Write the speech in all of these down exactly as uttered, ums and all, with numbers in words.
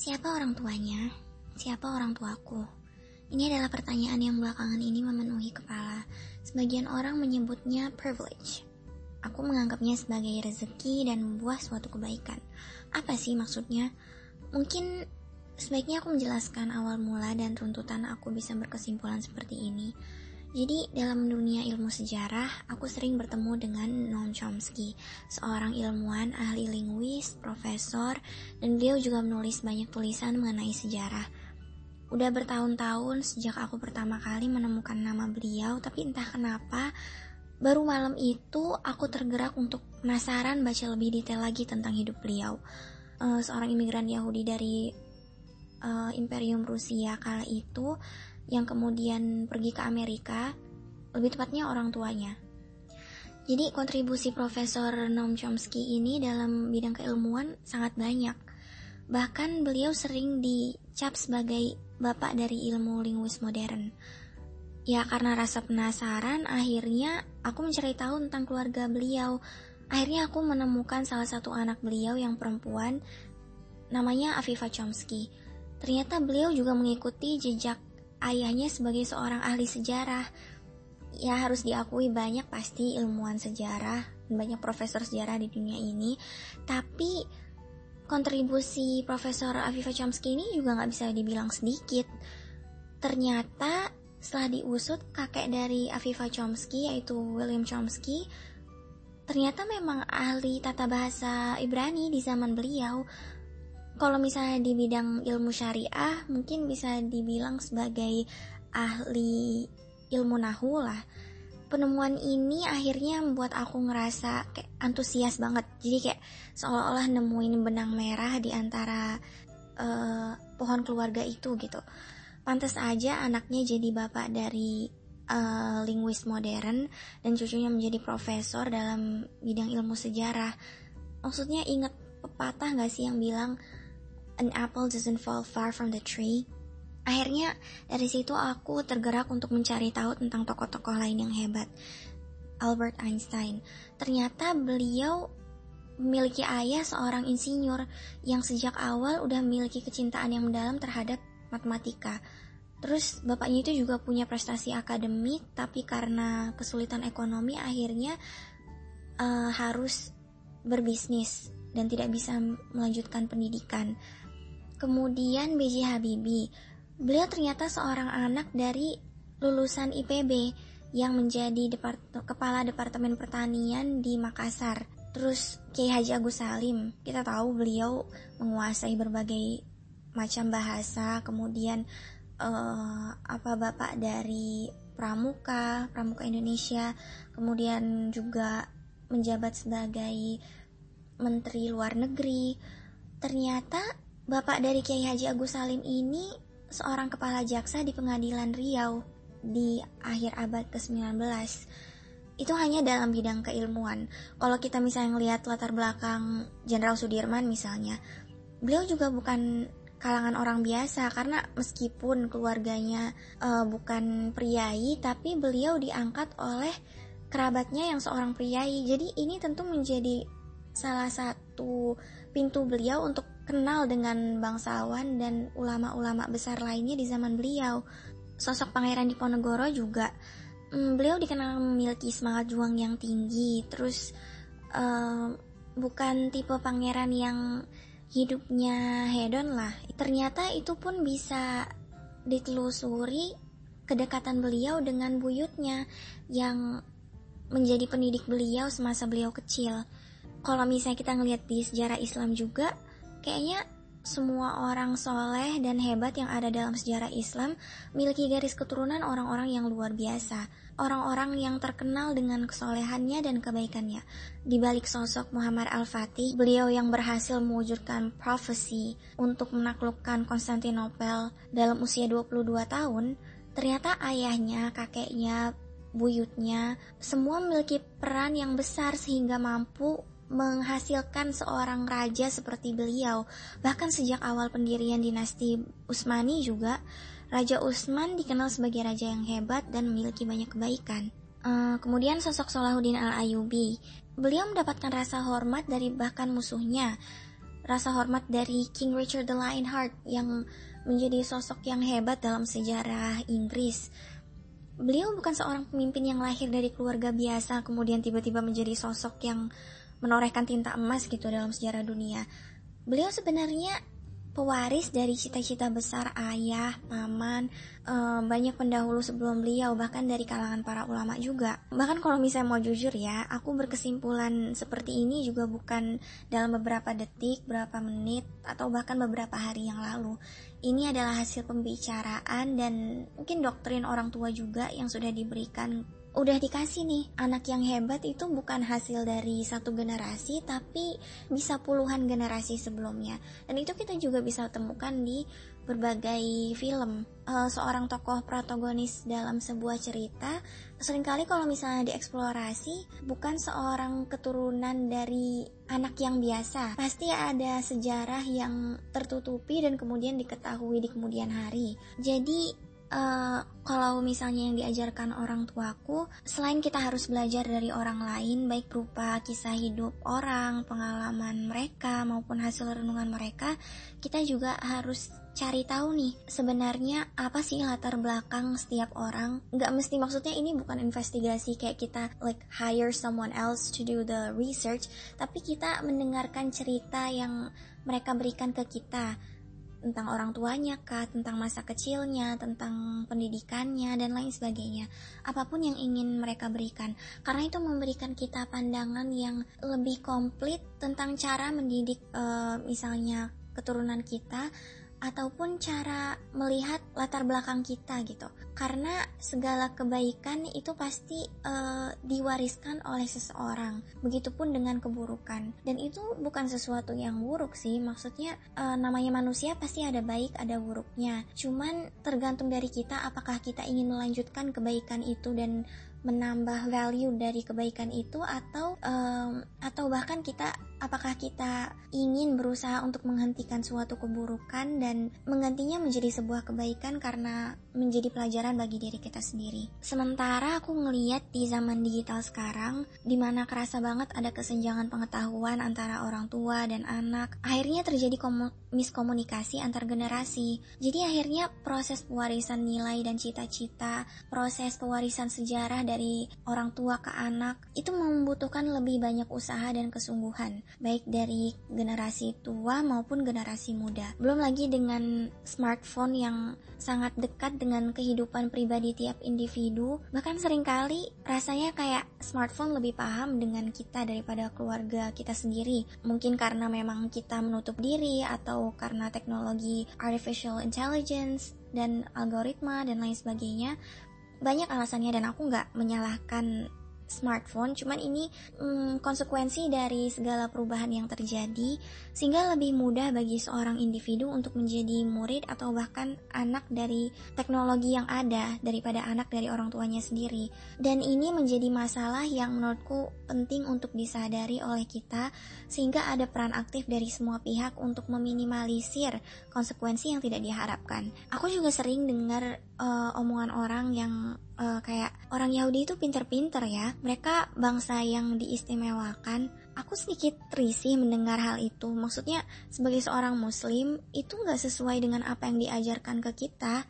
Siapa orang tuanya? Siapa orang tuaku? Ini adalah pertanyaan yang belakangan ini memenuhi kepala. Sebagian orang menyebutnya privilege. Aku menganggapnya sebagai rezeki dan buah suatu kebaikan. Apa sih maksudnya? Mungkin sebaiknya aku menjelaskan awal mula dan runtutan aku bisa berkesimpulan seperti ini. Jadi dalam dunia ilmu sejarah, aku sering bertemu dengan Noam Chomsky, seorang ilmuwan, ahli linguis, profesor, dan beliau juga menulis banyak tulisan mengenai sejarah. Udah bertahun-tahun sejak aku pertama kali menemukan nama beliau, tapi entah kenapa, baru malam itu aku tergerak untuk penasaran baca lebih detail lagi tentang hidup beliau. Uh, seorang imigran Yahudi dari uh, Imperium Rusia kala itu, yang kemudian pergi ke Amerika, lebih tepatnya orang tuanya. Jadi kontribusi Profesor Noam Chomsky ini dalam bidang keilmuan sangat banyak. Bahkan beliau sering dicap sebagai bapak dari ilmu linguis modern. Ya karena rasa penasaran, akhirnya aku mencari tahu tentang keluarga beliau. Akhirnya aku menemukan salah satu anak beliau yang perempuan, namanya Afifa Chomsky. Ternyata beliau juga mengikuti jejak ayahnya sebagai seorang ahli sejarah. Ya harus diakui banyak pasti ilmuwan sejarah, banyak profesor sejarah di dunia ini. Tapi kontribusi Profesor Afifa Chomsky ini juga gak bisa dibilang sedikit. Ternyata setelah diusut, kakek dari Afifa Chomsky yaitu William Chomsky ternyata memang ahli tata bahasa Ibrani di zaman beliau. Kalau misalnya di bidang ilmu syariah mungkin bisa dibilang sebagai ahli ilmu nahwu lah. Penemuan ini akhirnya membuat aku ngerasa kayak antusias banget. Jadi kayak seolah-olah nemuin benang merah di antara uh, pohon keluarga itu gitu. Pantas aja anaknya jadi bapak dari uh, linguis modern dan cucunya menjadi profesor dalam bidang ilmu sejarah. Maksudnya ingat pepatah gak sih yang bilang an apple doesn't fall far from the tree? Akhirnya dari situ aku tergerak untuk mencari tahu tentang tokoh-tokoh lain yang hebat. Albert Einstein. Ternyata beliau memiliki ayah seorang insinyur yang sejak awal udah memiliki kecintaan yang mendalam terhadap matematika. Terus bapaknya itu juga punya prestasi akademik, tapi karena kesulitan ekonomi akhirnya uh, harus berbisnis dan tidak bisa melanjutkan pendidikan. Kemudian B J Habibie, beliau ternyata seorang anak dari lulusan I P B yang menjadi depart- kepala Departemen Pertanian di Makassar. Terus Kiai Haji Agus Salim, kita tahu beliau menguasai berbagai macam bahasa. Kemudian uh, apa bapak dari Pramuka, Pramuka Indonesia, kemudian juga menjabat sebagai Menteri Luar Negeri. Ternyata bapak dari Kiai Haji Agus Salim ini seorang kepala jaksa di Pengadilan Riau di akhir abad ke sembilan belas. Itu hanya dalam bidang keilmuan. Kalau kita misalnya ngelihat latar belakang Jenderal Sudirman misalnya, beliau juga bukan kalangan orang biasa karena meskipun keluarganya uh, bukan priai, tapi beliau diangkat oleh kerabatnya yang seorang priai. Jadi ini tentu menjadi salah satu pintu beliau untuk kenal dengan bangsawan dan ulama-ulama besar lainnya di zaman beliau. Sosok Pangeran Diponegoro juga, hmm, beliau dikenal memiliki semangat juang yang tinggi. Terus uh, bukan tipe pangeran yang hidupnya hedon lah. Ternyata itu pun bisa ditelusuri kedekatan beliau dengan buyutnya yang menjadi pendidik beliau semasa beliau kecil. Kalau misalnya kita ngelihat di sejarah Islam juga, kayaknya semua orang soleh dan hebat yang ada dalam sejarah Islam memiliki garis keturunan orang-orang yang luar biasa. Orang-orang yang terkenal dengan kesolehannya dan kebaikannya. Di balik sosok Muhammad Al-Fatih, beliau yang berhasil mewujudkan profesi untuk menaklukkan Konstantinopel dalam usia dua puluh dua tahun, ternyata ayahnya, kakeknya, buyutnya, semua memiliki peran yang besar sehingga mampu menghasilkan seorang raja seperti beliau. Bahkan sejak awal pendirian dinasti Utsmani juga, Raja Utsman dikenal sebagai raja yang hebat dan memiliki banyak kebaikan. Uh, kemudian sosok Salahuddin Al-Ayyubi, beliau mendapatkan rasa hormat dari bahkan musuhnya. rasa hormat dari King Richard the Lionheart yang menjadi sosok yang hebat dalam sejarah Inggris. Beliau bukan seorang pemimpin yang lahir dari keluarga biasa kemudian tiba-tiba menjadi sosok yang menorehkan tinta emas gitu dalam sejarah dunia. Beliau sebenarnya pewaris dari cita-cita besar ayah, paman, eh, banyak pendahulu sebelum beliau, bahkan dari kalangan para ulama juga. Bahkan kalau misalnya mau jujur ya, aku berkesimpulan seperti ini juga bukan dalam beberapa detik, beberapa menit, atau bahkan beberapa hari yang lalu. Ini adalah hasil pembicaraan dan mungkin doktrin orang tua juga yang sudah diberikan. Udah dikasih nih, anak yang hebat itu bukan hasil dari satu generasi, tapi bisa puluhan generasi sebelumnya. Dan itu kita juga bisa temukan di berbagai film. Uh, seorang tokoh protagonis dalam sebuah cerita, seringkali kalau misalnya dieksplorasi, bukan seorang keturunan dari anak yang biasa. Pasti ada sejarah yang tertutupi dan kemudian diketahui di kemudian hari. Jadi, Uh, kalau misalnya yang diajarkan orang tuaku, selain kita harus belajar dari orang lain, baik berupa kisah hidup orang, pengalaman mereka, maupun hasil renungan mereka, kita juga harus cari tahu nih, sebenarnya apa sih latar belakang setiap orang. Nggak mesti, maksudnya ini bukan investigasi kayak kita like hire someone else to do the research, tapi kita mendengarkan cerita yang mereka berikan ke kita, tentang orang tuanya kah, tentang masa kecilnya, tentang pendidikannya, dan lain sebagainya. Apapun yang ingin mereka berikan, karena itu memberikan kita pandangan yang lebih komplit tentang cara mendidik uh, misalnya keturunan kita, ataupun cara melihat latar belakang kita gitu. Karena segala kebaikan itu pasti uh, diwariskan oleh seseorang. Begitupun dengan keburukan. Dan itu bukan sesuatu yang buruk sih. Maksudnya uh, namanya manusia pasti ada baik, ada buruknya. Cuman tergantung dari kita apakah kita ingin melanjutkan kebaikan itu dan menambah value dari kebaikan itu, atau um, atau bahkan kita apakah kita ingin berusaha untuk menghentikan suatu keburukan dan menggantinya menjadi sebuah kebaikan karena menjadi pelajaran bagi diri kita sendiri. Sementara aku ngeliat di zaman digital sekarang, dimana kerasa banget ada kesenjangan pengetahuan antara orang tua dan anak, akhirnya terjadi komu- miskomunikasi antar generasi. Jadi akhirnya proses pewarisan nilai dan cita-cita, proses pewarisan sejarah dari orang tua ke anak, itu membutuhkan lebih banyak usaha dan kesungguhan, baik dari generasi tua maupun generasi muda. Belum lagi dengan smartphone yang sangat dekat dengan kehidupan pribadi tiap individu, bahkan seringkali rasanya kayak smartphone lebih paham dengan kita daripada keluarga kita sendiri. Mungkin karena memang kita menutup diri, atau karena teknologi artificial intelligence dan algoritma dan lain sebagainya. Banyak alasannya dan aku nggak menyalahkan smartphone, cuman ini hmm, konsekuensi dari segala perubahan yang terjadi, sehingga lebih mudah bagi seorang individu untuk menjadi murid atau bahkan anak dari teknologi yang ada daripada anak dari orang tuanya sendiri. Dan ini menjadi masalah yang menurutku penting untuk disadari oleh kita, sehingga ada peran aktif dari semua pihak untuk meminimalisir konsekuensi yang tidak diharapkan. Aku juga sering dengar uh, omongan orang yang uh, kayak orang Yahudi itu pinter-pinter ya, mereka bangsa yang diistimewakan. Aku sedikit risih mendengar hal itu. Maksudnya sebagai seorang muslim, itu gak sesuai dengan apa yang diajarkan ke kita,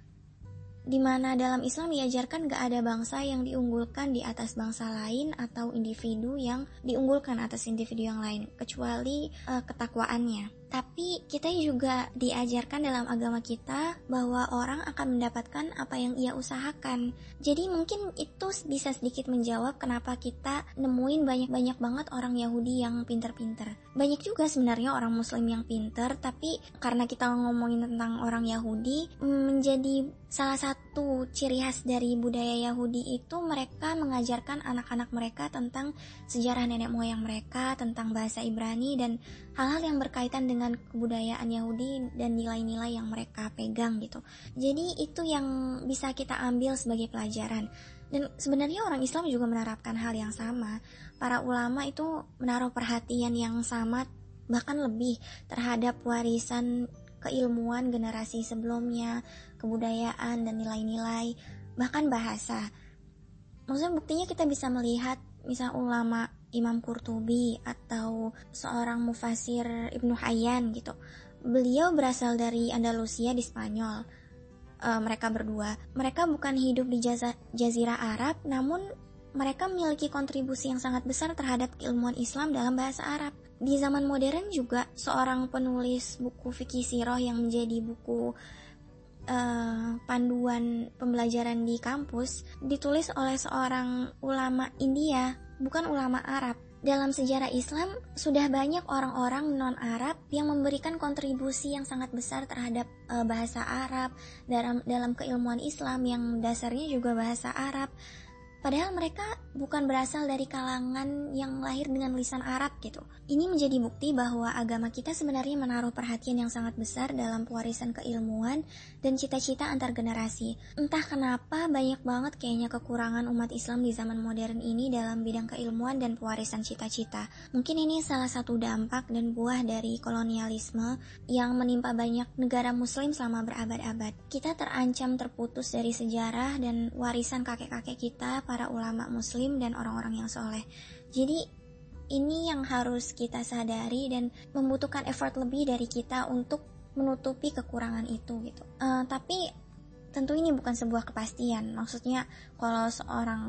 dimana dalam Islam diajarkan gak ada bangsa yang diunggulkan di atas bangsa lain atau individu yang diunggulkan atas individu yang lain, kecuali uh, ketakwaannya. Tapi kita juga diajarkan dalam agama kita bahwa orang akan mendapatkan apa yang ia usahakan. Jadi mungkin itu bisa sedikit menjawab kenapa kita nemuin banyak-banyak banget orang Yahudi yang pinter-pinter. Banyak juga sebenarnya orang Muslim yang pinter, tapi karena kita ngomongin tentang orang Yahudi, menjadi salah satu ciri khas dari budaya Yahudi itu mereka mengajarkan anak-anak mereka tentang sejarah nenek moyang mereka, tentang bahasa Ibrani, dan hal-hal yang berkaitan dengan dengan kebudayaan Yahudi dan nilai-nilai yang mereka pegang gitu. Jadi itu yang bisa kita ambil sebagai pelajaran. Dan sebenarnya orang Islam juga menerapkan hal yang sama. Para ulama itu menaruh perhatian yang sama, bahkan lebih, terhadap warisan keilmuan generasi sebelumnya, kebudayaan dan nilai-nilai, bahkan bahasa. Maksudnya buktinya kita bisa melihat misal ulama Imam Qurtubi atau seorang mufasir Ibnu Hayyan gitu. Beliau berasal dari Andalusia di Spanyol. E, mereka berdua, mereka bukan hidup di Jaza, Jazirah Arab, namun mereka memiliki kontribusi yang sangat besar terhadap keilmuan Islam dalam bahasa Arab. Di zaman modern juga, seorang penulis buku fikih sirah yang menjadi buku uh, panduan pembelajaran di kampus ditulis oleh seorang ulama India, bukan ulama Arab. Dalam sejarah Islam, sudah banyak orang-orang non-Arab yang memberikan kontribusi yang sangat besar terhadap uh, bahasa Arab dalam, dalam keilmuan Islam yang dasarnya juga bahasa Arab. Padahal mereka bukan berasal dari kalangan yang lahir dengan lisan Arab gitu. Ini menjadi bukti bahwa agama kita sebenarnya menaruh perhatian yang sangat besar dalam pewarisan keilmuan dan cita-cita antar generasi. Entah kenapa banyak banget kayaknya kekurangan umat Islam di zaman modern ini dalam bidang keilmuan dan pewarisan cita-cita. Mungkin ini salah satu dampak dan buah dari kolonialisme yang menimpa banyak negara muslim selama berabad-abad. Kita terancam terputus dari sejarah dan warisan kakek-kakek kita, para ulama muslim dan orang-orang yang soleh. Jadi ini yang harus kita sadari dan membutuhkan effort lebih dari kita untuk menutupi kekurangan itu gitu. Uh, tapi tentu ini bukan sebuah kepastian. Maksudnya kalau seorang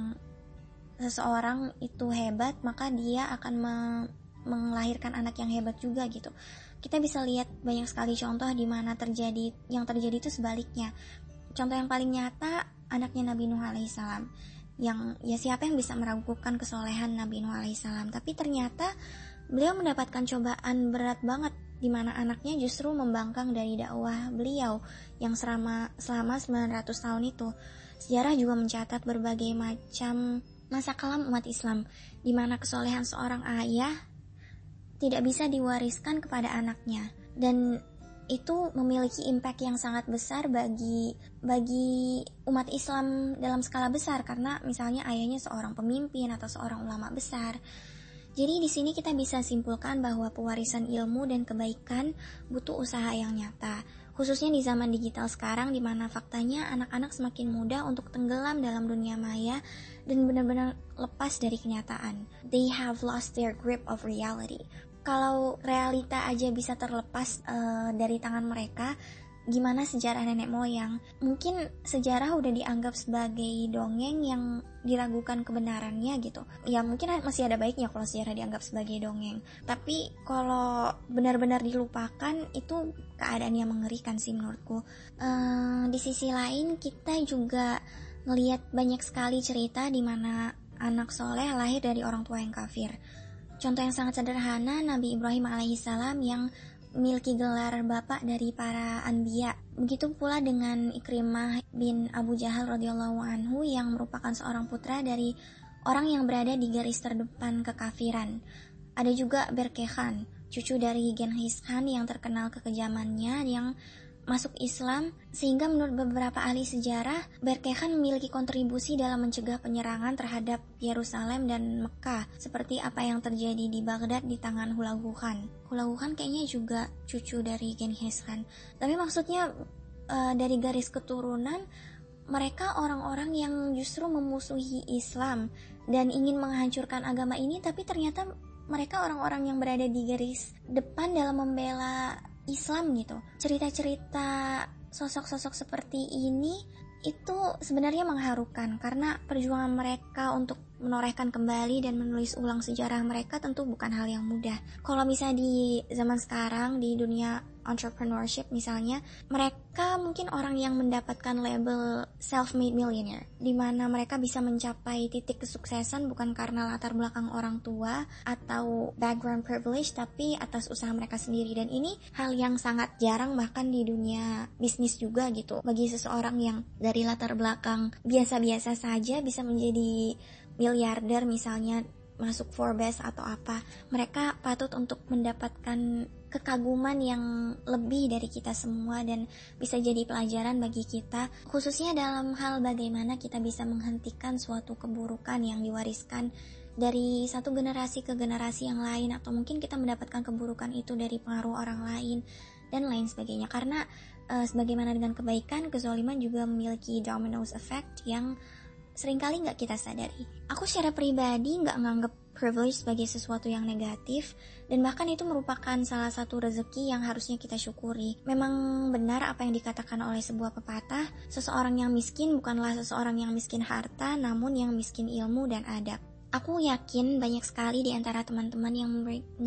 seseorang itu hebat, maka dia akan me- melahirkan anak yang hebat juga gitu. Kita bisa lihat banyak sekali contoh di mana terjadi yang terjadi itu sebaliknya. Contoh yang paling nyata, anaknya Nabi Nuh alaihissalam, yang ya siapa yang bisa meragukan kesolehan Nabi Nuh alaihissalam. Tapi ternyata beliau mendapatkan cobaan berat banget, di mana anaknya justru membangkang dari dakwah beliau yang selama selama sembilan ratus tahun itu. Sejarah juga mencatat berbagai macam masa kelam umat Islam, di mana kesolehan seorang ayah tidak bisa diwariskan kepada anaknya, dan itu memiliki impact yang sangat besar bagi bagi umat Islam dalam skala besar, karena misalnya ayahnya seorang pemimpin atau seorang ulama besar. Jadi di sini kita bisa simpulkan bahwa pewarisan ilmu dan kebaikan butuh usaha yang nyata, khususnya di zaman digital sekarang, di mana faktanya anak-anak semakin mudah untuk tenggelam dalam dunia maya dan benar-benar lepas dari kenyataan. They have lost their grip of reality. Kalau realita aja bisa terlepas uh, dari tangan mereka, gimana sejarah nenek moyang? Mungkin sejarah udah dianggap sebagai dongeng yang diragukan kebenarannya gitu. Ya mungkin masih ada baiknya kalau sejarah dianggap sebagai dongeng. Tapi kalau benar-benar dilupakan, itu keadaan yang mengerikan sih menurutku. Uh, di sisi lain, kita juga ngelihat banyak sekali cerita di mana anak soleh lahir dari orang tua yang kafir. Contoh yang sangat sederhana, Nabi Ibrahim alaihissalam yang memiliki gelar bapak dari para anbiya. Begitu pula dengan Ikrimah bin Abu Jahal radhiyallahu anhu yang merupakan seorang putra dari orang yang berada di garis terdepan kekafiran. Ada juga Berkekhan, cucu dari Genghis Khan yang terkenal kekejamannya yang masuk Islam, sehingga menurut beberapa ahli sejarah, Berkekhan memiliki kontribusi dalam mencegah penyerangan terhadap Yerusalem dan Mekah, seperti apa yang terjadi di Baghdad di tangan Hulagu Khan. Hulagu Khan kayaknya juga cucu dari Genghis Khan. Tapi maksudnya uh, dari garis keturunan, mereka orang-orang yang justru memusuhi Islam dan ingin menghancurkan agama ini, tapi ternyata mereka orang-orang yang berada di garis depan dalam membela Islam gitu. Cerita-cerita sosok-sosok seperti ini itu sebenarnya mengharukan, karena perjuangan mereka untuk menorehkan kembali dan menulis ulang sejarah mereka tentu bukan hal yang mudah. Kalau misalnya di zaman sekarang, di dunia entrepreneurship misalnya, mereka mungkin orang yang mendapatkan label self-made millionaire, di mana mereka bisa mencapai titik kesuksesan bukan karena latar belakang orang tua atau background privilege, tapi atas usaha mereka sendiri. Dan ini hal yang sangat jarang bahkan di dunia bisnis juga gitu. Bagi seseorang yang dari latar belakang biasa-biasa saja bisa menjadi miliarder misalnya, masuk Forbes atau apa, mereka patut untuk mendapatkan kekaguman yang lebih dari kita semua dan bisa jadi pelajaran bagi kita, khususnya dalam hal bagaimana kita bisa menghentikan suatu keburukan yang diwariskan dari satu generasi ke generasi yang lain, atau mungkin kita mendapatkan keburukan itu dari pengaruh orang lain dan lain sebagainya. Karena e, sebagaimana dengan kebaikan, kezaliman juga memiliki dominoes effect yang seringkali nggak kita sadari. Aku secara pribadi nggak nganggep privilege sebagai sesuatu yang negatif, dan bahkan itu merupakan salah satu rezeki yang harusnya kita syukuri. Memang benar apa yang dikatakan oleh sebuah pepatah, seseorang yang miskin bukanlah seseorang yang miskin harta, namun yang miskin ilmu dan adab. Aku yakin banyak sekali di antara teman-teman yang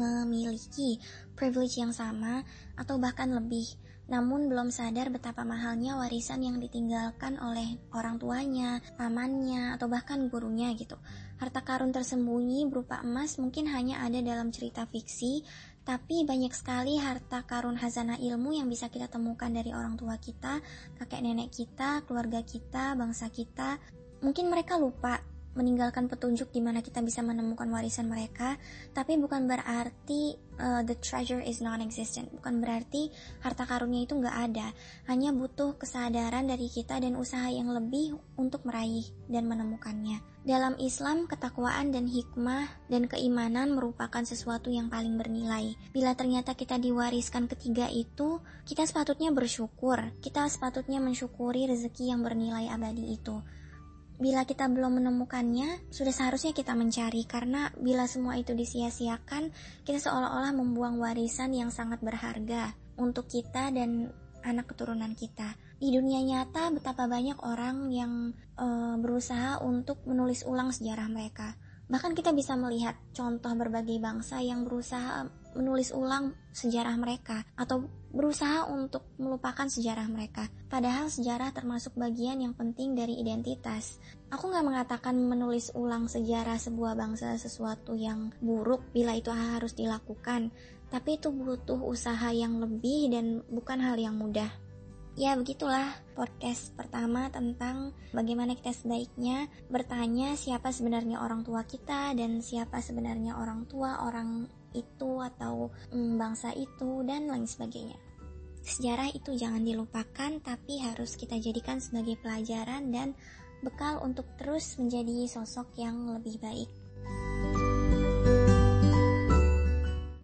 memiliki privilege yang sama atau bahkan lebih, namun belum sadar betapa mahalnya warisan yang ditinggalkan oleh orang tuanya, pamannya, atau bahkan gurunya gitu. Harta karun tersembunyi berupa emas mungkin hanya ada dalam cerita fiksi, tapi banyak sekali harta karun khazanah ilmu yang bisa kita temukan dari orang tua kita, kakek nenek kita, keluarga kita, bangsa kita. Mungkin mereka lupa meninggalkan petunjuk di mana kita bisa menemukan warisan mereka, tapi bukan berarti uh, the treasure is non-existent. Bukan berarti harta karunnya itu nggak ada. Hanya butuh kesadaran dari kita dan usaha yang lebih untuk meraih dan menemukannya. Dalam Islam, ketakwaan dan hikmah dan keimanan merupakan sesuatu yang paling bernilai. Bila ternyata kita diwariskan ketiga itu, kita sepatutnya bersyukur. Kita sepatutnya mensyukuri rezeki yang bernilai abadi itu. Bila kita belum menemukannya, sudah seharusnya kita mencari, karena bila semua itu disia-siakan, kita seolah-olah membuang warisan yang sangat berharga untuk kita dan anak keturunan kita. Di dunia nyata, betapa banyak orang yang e, berusaha untuk menulis ulang sejarah mereka. Bahkan kita bisa melihat contoh berbagai bangsa yang berusaha menulis ulang sejarah mereka atau berusaha untuk melupakan sejarah mereka. Padahal sejarah termasuk bagian yang penting dari identitas. Aku gak mengatakan menulis ulang sejarah sebuah bangsa sesuatu yang buruk bila itu harus dilakukan, tapi itu butuh usaha yang lebih dan bukan hal yang mudah. Ya begitulah podcast pertama tentang bagaimana kita sebaiknya bertanya siapa sebenarnya orang tua kita dan siapa sebenarnya orang tua orang itu atau mm, bangsa itu dan lain sebagainya. Sejarah itu jangan dilupakan, tapi harus kita jadikan sebagai pelajaran dan bekal untuk terus menjadi sosok yang lebih baik.